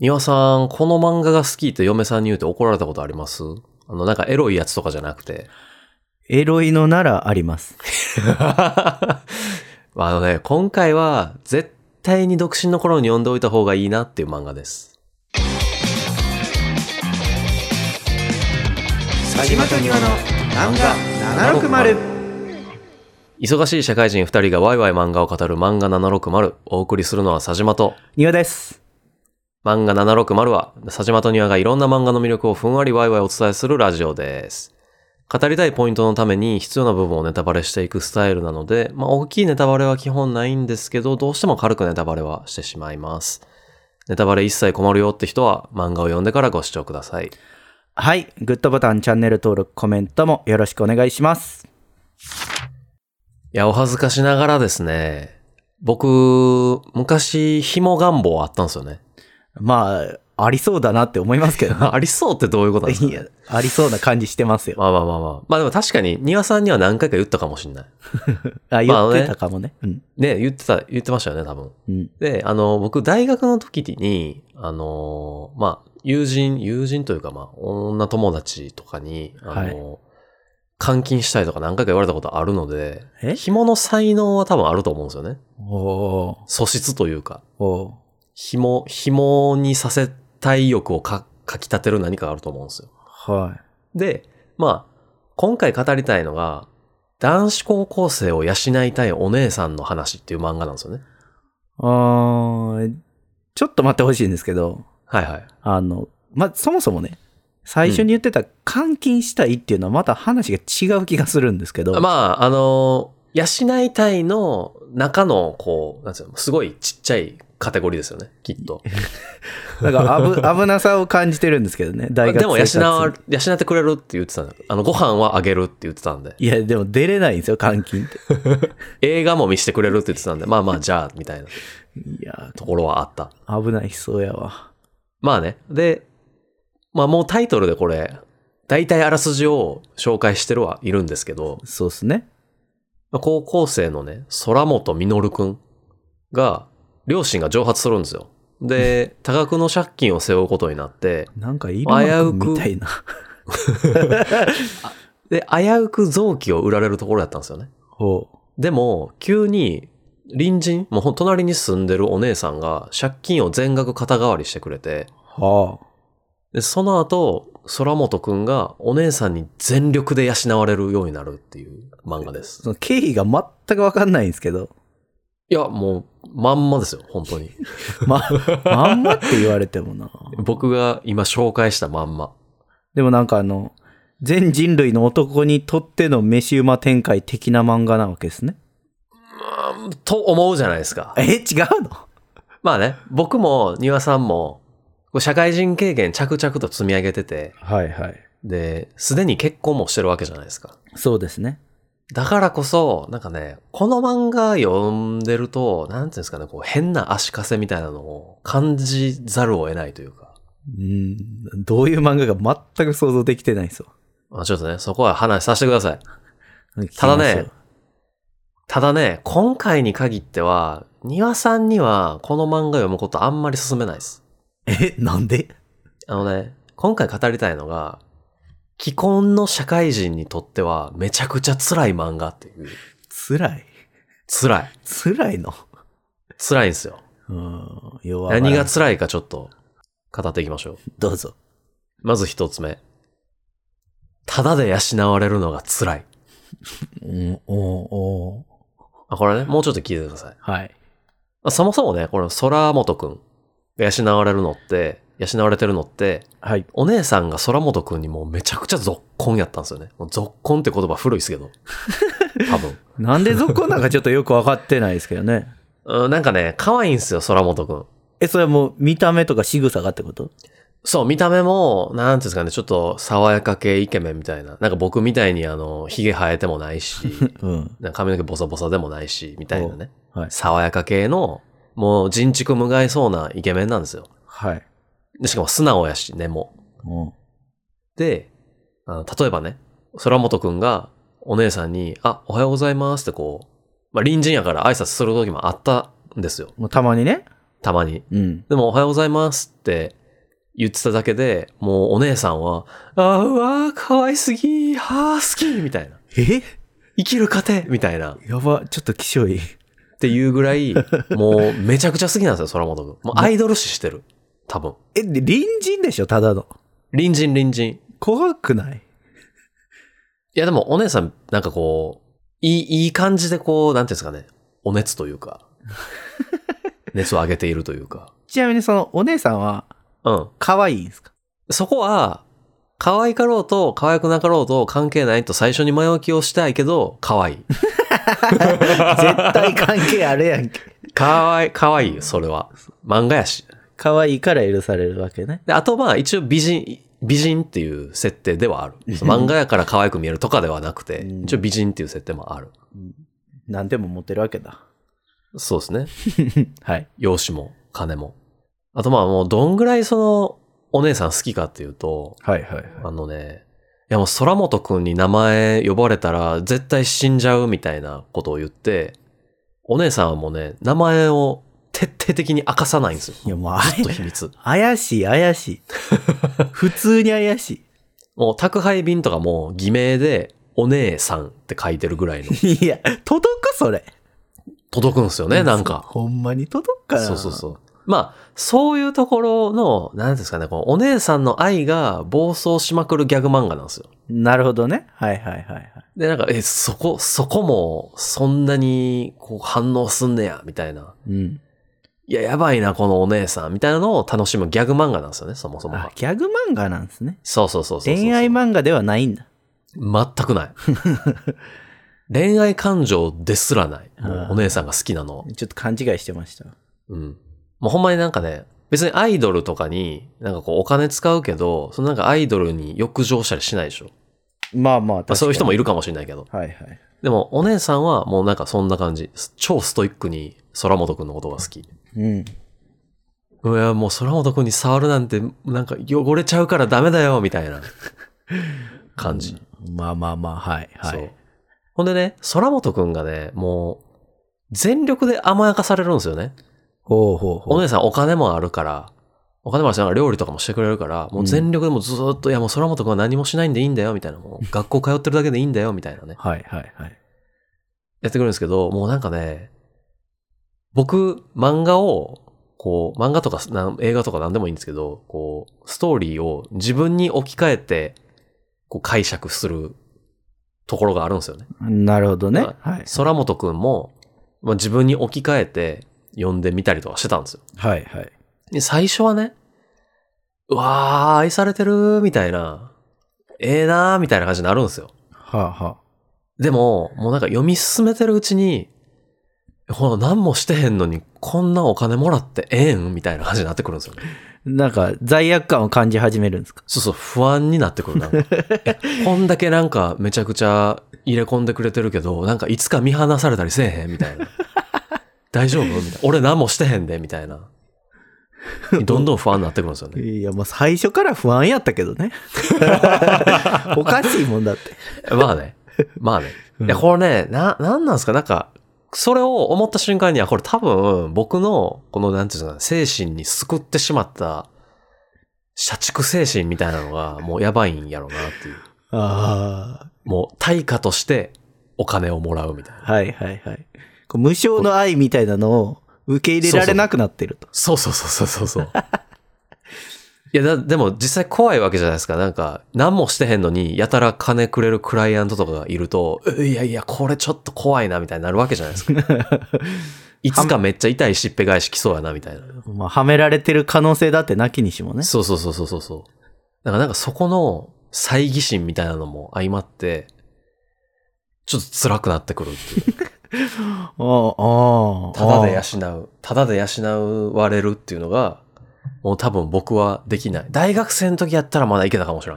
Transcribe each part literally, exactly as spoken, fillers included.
庭さん、この漫画が好きって嫁さんに言うて怒られたことあります？あの、なんかエロいやつとかじゃなくて。 エロいのならあります。 あのね、今回は絶対に独身の頃に読んでおいた方がいいなっていう漫画です。 佐島と庭の漫画ななろくまる。 忙しい社会人ふたりがワイワイ漫画を語る漫画ななろくまる。お送りするのは佐島と庭です。 漫画ななろくまるは佐島と庭がいろんな漫画の魅力をふんわりワイワイお伝えするラジオです。語りたいポイントのために必要な部分をネタバレしていくスタイルなので、まあ大きいネタバレは基本ないんですけど、どうしても軽くネタバレはしてしまいます。ネタバレ一切困るよって人は漫画を読んでからご視聴ください。 はい、グッドボタン、チャンネル登録、コメントもよろしくお願いします。 いや、お恥ずかしながらですね、僕、昔、紐願望あったんですよね。 まあ、ありそうだなって思いますけど、ね、 ありそうってどういうことなんですか、ね、 いや、ありそうな感じしてますよ。 まあまあまあまあ。まあでも確かに、庭さんには何回か言ったかもしれない。 あ、言ってたかもね。 まあね、うん、ね、言ってた、言ってましたよね、多分。 うん、で、 あの、僕、大学の時に、あの、まあ、友人、友人というか、まあ、女友達とかに、あの、はい、監禁したいとか何回か言われたことあるので、紐の才能は多分あると思うんですよね。 お素質というか。 お紐、紐にさせたい欲をかかき立てる何かがあると思うんですよ。 はい。 で、まあ、今回語りたいのが、男子高校生を養いたいお姉さんの話っていう漫画なんですよね。 あー、ちょっと待ってほしいんですけど。 はいはい。 あの、まあ、そもそもね、最初に言ってた監禁したいっていうのはまた話が違う気がするんですけど。 うん、まあ、あの、養いたいの中の、こう、なんていうの、すごいちっちゃいカテゴリーですよね、きっと。 なんか危、危なさを感じてるんですけどね、大学生活。 でも養、養ってくれるって言ってたんだ。あの、ご飯はあげるって言ってたんで。 いや、でも出れないんですよ、監禁って。 映画も見せてくれるって言ってたんで、まあまあ、じゃあ、みたいな。 いや、 ところはあった。 危ないそうやわ。 まあね。で、まあもうタイトルでこれ、大体あらすじを紹介してるはいるんですけど。 そうですね。 高校生のね、空本実くんが、両親が蒸発するんですよ。で、多額の借金を背負うことになって、 なんかイルマくんみたいな。 で、危うく臓器を売られるところやったんですよね。 ほう。 でも、急に、隣人、もう隣に住んでるお姉さんが借金を全額肩代わりしてくれて、 はあ。 で、その後、空本くんがお姉さんに全力で養われるようになるっていう漫画です。 その経緯が全くわかんないんですけど。 いや、もう、まんまですよ、本当に。 ま、まんまって言われてもな。 僕が今紹介したまんま。 でもなんかあの、全人類の男にとっての飯馬展開的な漫画なわけですね。 うん、と思うじゃないですか。 え、違うの？ まあね、僕も庭さんも、社会人経験着々と積み上げてて。 はいはい。 で、すでに結婚もしてるわけじゃないですか。 そうですね。 だからこそ、なんかね、この漫画読んでると、なんていうんですかね、こう変な足かせみたいなのを感じざるを得ないというか。 うん、どういう漫画か全く想像できてないですよ。 まあちょっとね、そこは話させてください。ただね、ただね、今回に限っては、庭さんにはこの漫画読むことあんまり勧めないです。 え、なんで？ あのね、今回語りたいのが、既婚の社会人にとってはめちゃくちゃ辛い漫画っていう。 辛い？ 辛い。 辛いの？ 辛いんですよ。 うん、弱何が辛いかちょっと語っていきましょう。 どうぞ。 まず一つ目。ただで養われるのが辛い。 うん、おお。 あ、これね、もうちょっと聞いてください。 はい。 そもそもね、この空本くんが養われるのって、養われてるのって、 はい、 お姉さんが空本くんにもうめちゃくちゃぞっこんやったんですよね。もうぞっこんって言葉古いですけど。多分。 なんでぞっこんなんかちょっとよくわかってないですけどね。 うん、なんかね、可愛いんですよ、空本くん。 え、それはもう見た目とか仕草がってこと？ そう、見た目も、なんていうんですかね、ちょっと爽やか系イケメンみたいな。なんか僕みたいにあの、髭生えてもないし、うん、なんか髪の毛ボサボサでもないし、みたいなね。はい、爽やか系の、もう人畜無害そうなイケメンなんですよ。 はい。 でしかも素直やし、根も。うん、であの、例えばね、空本くんがお姉さんに、あ、おはようございますってこう、まあ、隣人やから挨拶する時もあったんですよ。 もうたまにね。 たまに。 うん。 でもおはようございますって言ってただけで、もうお姉さんは、あーうわー、可愛すぎー、はー好きみたいな。 え生きる糧みたいな。 やば、ちょっときしょい。 っていうぐらい、もうめちゃくちゃ好きなんですよ、空本くん。もうアイドル視してる。多分。 え、で隣人でしょ、ただの。 隣人隣人。 怖くない？ いやでもお姉さん、なんかこう、いい、いい感じでこう、なんていうんですかね、お熱というか、熱を上げているというか。 ちなみにそのお姉さんは、 うん。 可愛いんですか？ そこは、可愛かろうと可愛くなかろうと関係ないと最初に前置きをしたいけど、可愛い。 絶対関係あるやんけ。 可愛い、可愛いよ、それは。漫画やし。 可愛いから許されるわけね。 で、あとまあ一応美人、美人っていう設定ではある。漫画やから可愛く見えるとかではなくて、一応美人っていう設定もある。 何でも持ってるわけだ。 そうですね。 はい。 容姿も、金も。あとまあもうどんぐらいその、お姉さん好きかっていうと、 はいはいはい。 あのね、いやもう空本くんに名前呼ばれたら絶対死んじゃうみたいなことを言って、お姉さんはもうね、名前を徹底的に明かさないんですよ。 いやもうずっと秘密。 怪しい怪しい。普通に怪しもう宅配便とかも偽名でお姉さんって書いてるぐらいの。 い。いや、届くそれ。 届くんですよね、なんか。 ほんまに届くかな。 そうそうそう。まあ、そういうところの、なんですかね、このお姉さんの愛が暴走しまくるギャグ漫画なんですよ。 なるほどね。はいはいはいはい。 で、なんか、え、そこ、そこも、そんなに、こう、反応すんねや、みたいな。 うん。 いや、やばいな、このお姉さん、みたいなのを楽しむギャグ漫画なんですよね、そもそもあが。、 ギャグ漫画なんですね。 そうそうそうそうそう。 恋愛漫画ではないんだ。 全くない。恋愛感情ですらない。もうお姉さんが好きなの。 ちょっと勘違いしてました。 うん。もうほんまになんかね、別にアイドルとかに、なんかこうお金使うけど、そのなんかアイドルに欲情したりしないでしょ。 まあまあ、 まあそういう人もいる。 るかもしれないけど。 はいはい。 でもお姉さんはもうなんかそんな感じ。超ストイックに空本くんのことが好き。 うん。 いや、もう空本くんに触るなんて、なんか汚れちゃうからダメだよ、みたいな感じ。 うん、まあまあまあ、はいはい。 そう。ほんでね、空本くんがね、もう、全力で甘やかされるんですよね。 ほうほうほう。 お姉さんお金もあるから、お金もあるし、なんか料理とかもしてくれるから、もう全力でもうずーっと、いやもう空本くんは何もしないんでいいんだよ、みたいな。もう学校通ってるだけでいいんだよ、みたいなね。 はいはいはい。 やってくるんですけど、もうなんかね、僕、漫画を、こう、漫画とかな映画とか何でもいいんですけど、こう、ストーリーを自分に置き換えて、こう解釈するところがあるんですよね。 なるほどね。 だからはい。 空本くんも、まあ、自分に置き換えて読んでみたりとかしてたんですよ。 はいはい。 で最初はね、うわー、愛されてるみたいな、ええなーみたいな感じになるんですよ。 はあはあ。 でも、もうなんか読み進めてるうちに、ほら、何もしてへんのに、こんなお金もらってええんみたいな感じになってくるんですよね。 なんか、罪悪感を感じ始めるんですか？ そうそう、不安になってくるな。えこんだけなんかめちゃくちゃ入れ込んでくれてるけど、なんかいつか見放されたりせえへんみたいな。大丈夫みたいな。俺何もしてへんでみたいな。どんどん不安になってくるんですよね。 いや、もう最初から不安やったけどね。おかしいもんだって。 まあね。まあね。いや、これね、な、なんなんですかなんか、それを思った瞬間には、これ多分僕の、このなんていうんですか、精神に救ってしまった、社畜精神みたいなのがもうやばいんやろうなっていう。 ああ。 もう対価としてお金をもらうみたいな。 はいはいはい。こう無償の愛みたいなのを受け入れられなくなってると。 そうそうそうそうそうそう。いやだ、でも実際怖いわけじゃないですか。なんか、何もしてへんのに、やたら金くれるクライアントとかがいると、いやいや、これちょっと怖いな、みたいになるわけじゃないですか。いつかめっちゃ痛いしっぺ返し来そうやな、みたいな。 まあ、はめられてる可能性だってなきにしもね。 そうそうそうそうそう。だからなんかそこの猜疑心みたいなのも相まって、ちょっと辛くなってくるっていう。 ああ、 ただで養う、ただで養われるっていうのが、もう多分僕はできない。大学生の時やったらまだいけたかもしれん。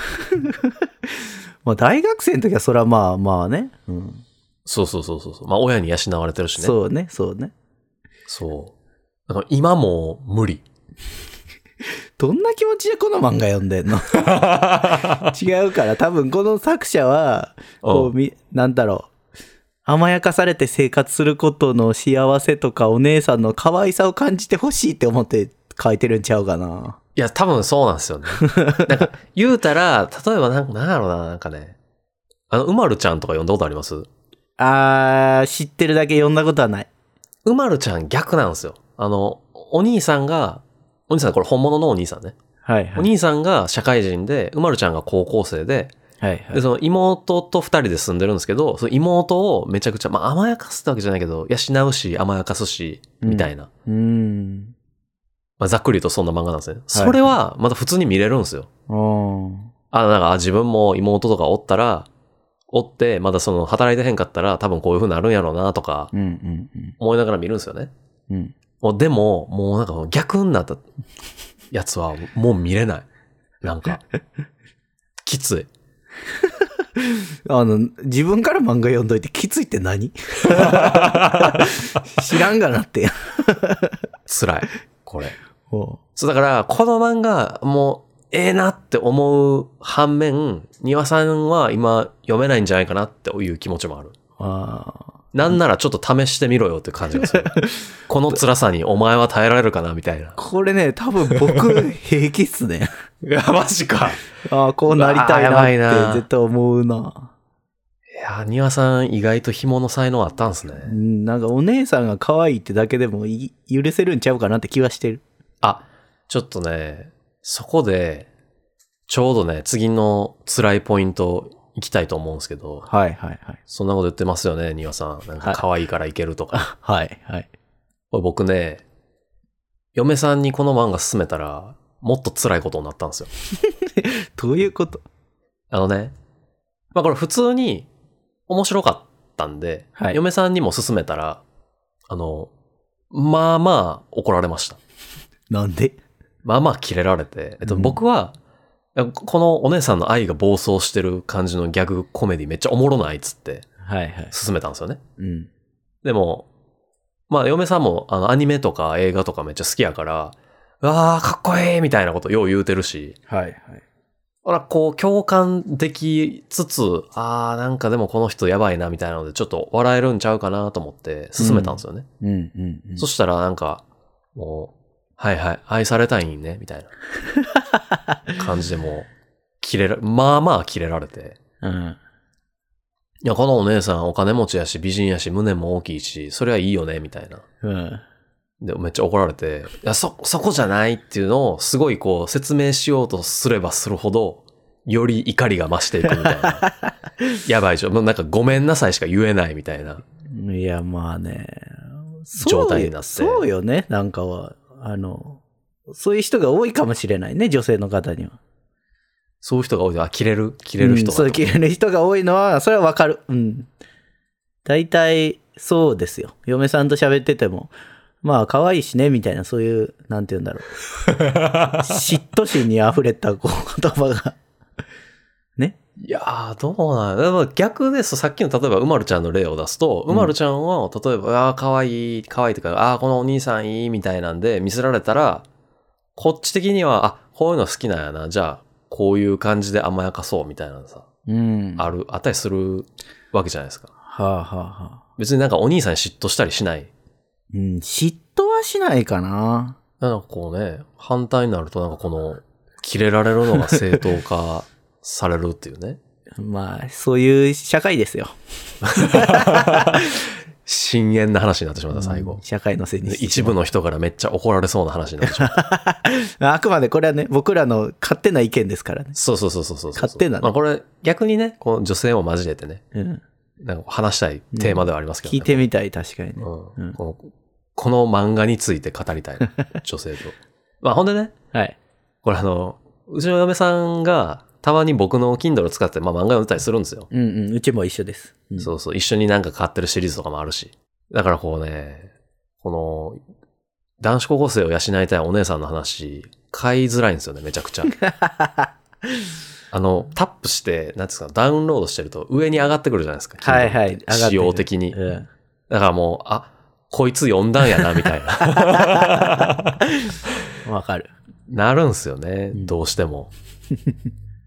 まあ大学生の時はそれはまあまあね。うん、 そうそうそうそう。まあ親に養われてるしね。 そうね、そうね。 そう。だから今も無理。 どんな気持ちでこの漫画読んでんの？違うから多分この作者は、こうみ、なんだろう。 甘やかされて生活することの幸せとかお姉さんの可愛さを感じてほしいって思って書いてるんちゃうかな。 いや、多分そうなんですよね。なんか、言うたら、例えばなんか、なんやろな、なんかね、あの、うまるちゃんとか読んだことあります？ あー、知ってるだけ読んだことはない。 うまるちゃん逆なんですよ。あの、お兄さんが、お兄さんこれ本物のお兄さんね。 はいはい。 お兄さんが社会人で、うまるちゃんが高校生で、 はいはい。 で、その妹と二人で住んでるんですけど、その妹をめちゃくちゃ、まあ甘やかすってわけじゃないけど、養うし、甘やかすし、みたいな。 うーん。 まあ、ざっくり言うとそんな漫画なんですね。それは、また普通に見れるんですよ。 はい、 あ、なんか、自分も妹とかおったら、おって、まだその、働いてへんかったら、多分こういう風になるんやろうな、とか、 うんうんうん。 思いながら見るんですよね。 うん。 もうでも、もうなんか逆になったやつは、もう見れない。なんか、きつい。 あの、自分から漫画読んどいてきついって何知らんがなってや。 辛い。これ。 ほそうだから、この漫画、もう、ええなって思う反面、庭さんは今読めないんじゃないかなっていう気持ちもある。 う。あなんならちょっと試してみろよって感じがする。この辛さにお前は耐えられるかなみたいな。 これね、多分僕平気っすね。 いや、マジか。 ああ、こうなりたいやばいななって絶対思うな。 いや、庭さん意外と紐の才能あったんすね。 うん、なんかお姉さんが可愛いってだけでもい許せるんちゃうかなって気はしてる。 あ、ちょっとね、そこで、ちょうどね、次の辛いポイント行きたいと思うんですけど、 はいはいはい。 そんなこと言ってますよね、庭さん。なんか可愛いからいけるとか。 はいはい。 これ僕ね、嫁さんにこの漫画勧めたら、もっと辛いことになったんですよ。 どういうこと？ あのね、まあこれ普通に面白かったんで、 はい嫁さんにも勧めたら、あの、まあまあ怒られました。 なんで？ まあまあキレられて、えっと、 うん僕は、このお姉さんの愛が暴走してる感じのギャグコメディめっちゃおもろないっつってはいはい。 勧めたんですよね。 うん。 でも、まあ嫁さんもあのアニメとか映画とかめっちゃ好きやから、うわーかっこいいみたいなことよう言うてるし、 はいはい。 ほらこう共感できつつ、あーなんかでもこの人やばいなみたいなのでちょっと笑えるんちゃうかなと思って勧めたんですよね。 うんうんうん。 そしたらなんか、もう、はいはい、愛されたいんね、みたいな感じでもう、キレら、まあまあキレられて。 うん。 いや、このお姉さんお金持ちやし、美人やし、胸も大きいし、それはいいよね、みたいな。 うん。 で、めっちゃ怒られて、いや、そ、そこじゃないっていうのを、すごいこう、説明しようとすればするほど、より怒りが増していくみたいな。やばいでしょ。もうなんかごめんなさいしか言えないみたいな。 いや、まあね。 状態になってそうよね、なんかは。あの、そういう人が多いかもしれないね、女性の方には。 そういう人が多いで、あ、切れる切れる人が、 うん、そう、切れる人が多いのは、それはわかる。うん。大体、そうですよ。嫁さんと喋ってても、まあ、可愛いしね、みたいな、そういう、なんて言うんだろう。嫉妬心に溢れたこう言葉が。ね。 いやー、どうなんでも逆です。さっきの例えば、うまるちゃんの例を出すと、うまるちゃんは、例えば、ああ、かわいい、かわいいとか、ああ、このお兄さんいい、みたいなんで見せられたら、こっち的には、あ、こういうの好きなんやな。じゃあ、こういう感じで甘やかそう、みたいなのさ、 うん。 ある、あったりするわけじゃないですか。 はあはあはあ。 別になんかお兄さんに嫉妬したりしない。 うん、嫉妬はしないかな。 なんかこうね、反対になるとなんかこの、キレられるのが正当化されるっていうね。 まあ、そういう社会ですよ。 深淵な話になってしまった最後、 うん、社会のせいにして一部の人からめっちゃ怒られそうな話になってしまったあくまでこれはね、僕らの勝手な意見ですからね。 そうそうそうそうそう勝手なの。 まあこれ逆にね、この女性も交えてね、 うん、 なんか話したいテーマではありますけどね、 うん、聞いてみたい、確かにね、 うんうん、このこの漫画について語りたい女性とまあほんでね、 はい、 これあのうちの嫁さんがたまに僕の Kindle を使って、まあ、漫画読んでたりするんですよ。 うんうん、うちも一緒です。 うん、そうそう、一緒になんか買ってるシリーズとかもあるし。だからこうね、この、男子高校生を養いたいお姉さんの話、買いづらいんですよね、めちゃくちゃ。あの、タップして、なんですか、ダウンロードしてると上に上がってくるじゃないですか。 はいはい、上がってくる。 仕様的に。 うん、 だからもう、あ、こいつ読んだんやな、みたいな。 わかる。 なるんすよね、どうしても。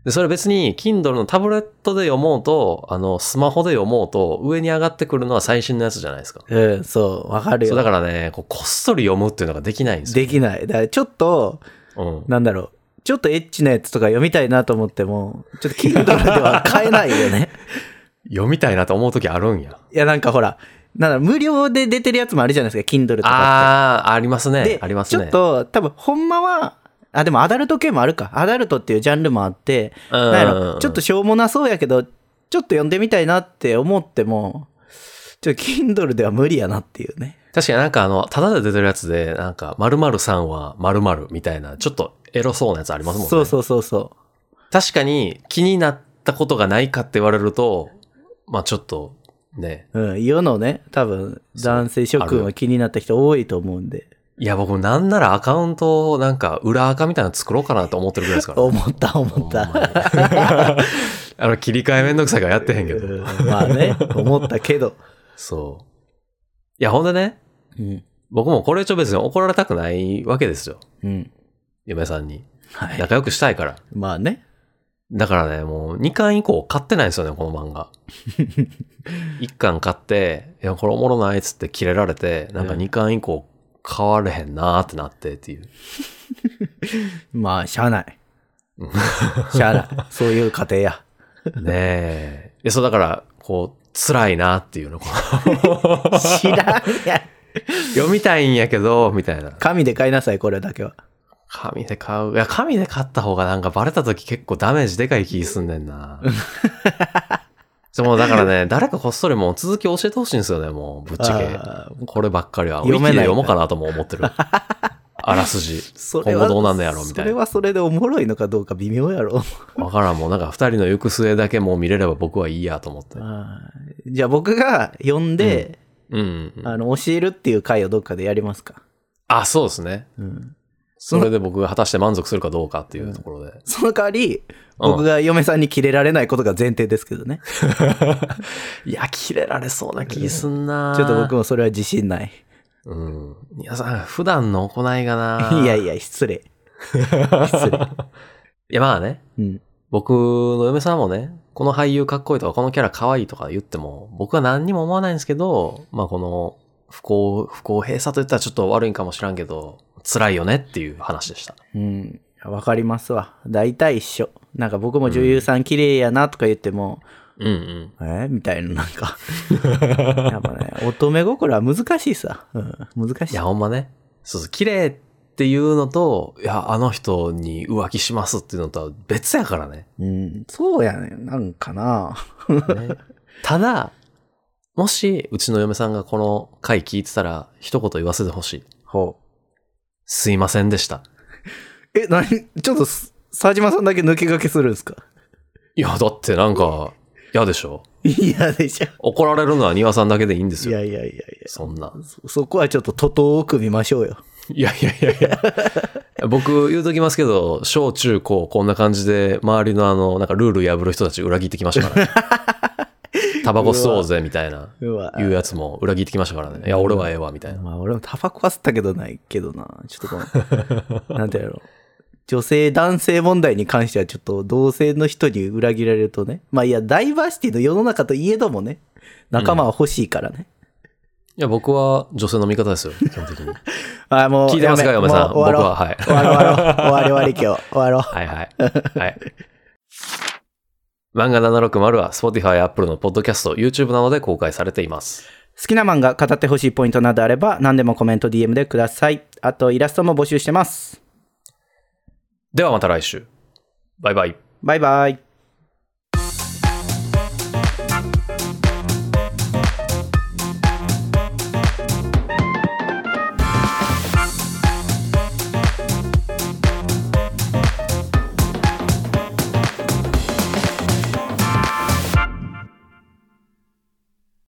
で、それ別に Kindle のタブレットで読もうと、あの、スマホで読もうと、上に上がってくるのは最新のやつじゃないですか。 うん、そう、わかるよ。 そう、だからね、こうこっそり読むっていうのができないんですよ。 できない。だからちょっと、うん、なんだろう。ちょっとエッチなやつとか読みたいなと思っても、ちょっと Kindle では買えないよね。 読みたいなと思うときあるんや。 いや、なんかほら、なんだろう、無料で出てるやつもあるじゃないですか、Kindle とかって。 ああ、ありますね。ありますね。 ちょっと、多分、ほんまは、あ、でもアダルト系もあるか。アダルトっていうジャンルもあって、なんやろ、ちょっとしょうもなそうやけど、ちょっと読んでみたいなって思っても、ちょっと Kindle では無理やなっていうね。 確かになんかあの、タダで出てるやつで、なんか、〇〇さんは〇〇みたいな、ちょっとエロそうなやつありますもんね。 そうそうそうそう。 確かに気になったことがないかって言われると、まあちょっと、ね。 うん、世のね、多分、男性諸君は気になった人多いと思うんで。 いや、僕なんならアカウントをなんか裏アカみたいなの作ろうかなと思ってるぐらいですから、ね。 思った思った。 あの、切り替えめんどくさいからやってへんけど。 まあね、思ったけど。 そう。いや、ほんでね、うん、僕もこれちょ別に怒られたくないわけですよ。うん。嫁さんに。はい。仲良くしたいから。 まあね。 だからね、もうにかん以降買ってないんですよね、この漫画。いっかん買って、いや、これおもろないっつってキレられて、なんかにかん以降買われへんなーってなってっていう。 まあ、しゃあない。しゃあない。そういう過程や。 ねえ。いや、そうだから、こう、辛いなっていうの。 知らんやん。 読みたいんやけど、みたいな。 紙で買いなさい、これだけは。 紙で買う。いや、紙で買った方がなんかバレた時結構ダメージでかい気すんねんな。でもだからね、誰かこっそりもう続き教えてほしいんですよね、もう、ぶっちゃけ。こればっかりは。ウィキで読もうかなとも思ってる。あらすじ。今後どうなんのやろみたいな。 それはそれでおもろいのかどうか微妙やろ。 わからん、もうなんか二人の行く末だけもう見れれば僕はいいやと思って。 あじゃあ僕が読んで、うんうんうん、あの教えるっていう回をどっかでやりますか。 あ、そうですね。うん、それで僕が果たして満足するかどうかっていうところで。うん、 その代わり、僕が嫁さんにキレられないことが前提ですけどね。 いや、キレられそうな気すんな。 ちょっと僕もそれは自信ない。 うん。皆さん、普段の行いがな。 いやいや、失礼。失礼。 いや、まあね。うん、僕の嫁さんもね、この俳優かっこいいとか、このキャラかわいいとか言っても、僕は何にも思わないんですけど、まあこの、不公、不公平さと言ったらちょっと悪いんかもしらんけど、辛いよねっていう話でした。 うん。わかりますわ。大体一緒。なんか僕も女優さん綺麗やなとか言っても、うんうん。えみたいな、なんか。やっぱね、乙女心は難しいさ。うん、難しい。 いや、ほんまね。そうそう、綺麗っていうのと、いや、あの人に浮気しますっていうのとは別やからね。 うん、そうやね。なんかな。 ね、ただ、もし、うちの嫁さんがこの回聞いてたら、一言言わせてほしい。ほう。すいませんでした。 え、なに、ちょっと、佐島さんだけ抜け駆けするんですか？ いや、だってなんか、嫌でしょ？ 嫌でしょ。 怒られるのは庭さんだけでいいんですよ。 いやいやいやいや。 そんな。 そ、そこはちょっと徒党を組みましょうよ。 いやいやいやいや。僕言うときますけど、小中高こんな感じで、周りのあの、なんかルール破る人たち裏切ってきましたからね。タバコ吸おうぜみたいな、いうやつも裏切ってきましたからね。いや、俺はええわ、みたいな。 まあ、俺もタバコは吸ったけどないけどな。ちょっとこの、なんてやろう。女性男性問題に関してはちょっと同性の人に裏切られるとね。まあいや、ダイバーシティの世の中といえどもね、仲間は欲しいからね。うん、いや、僕は女性の味方ですよ、基本的に。 あ、もう。 聞いてますか、嫁さん。僕は、はい。 終わろう、終わろう。終わり終わり今日。終わろう。 はいはい。はい。漫画ななひゃくろくは Spotify、Apple のポッドキャスト、YouTube などで公開されています。 好きな漫画、語ってほしいポイントなどあれば、何でもコメント、ディーエム でください。あと、イラストも募集してます。 ではまた来週。バイバイ。 バイバイ。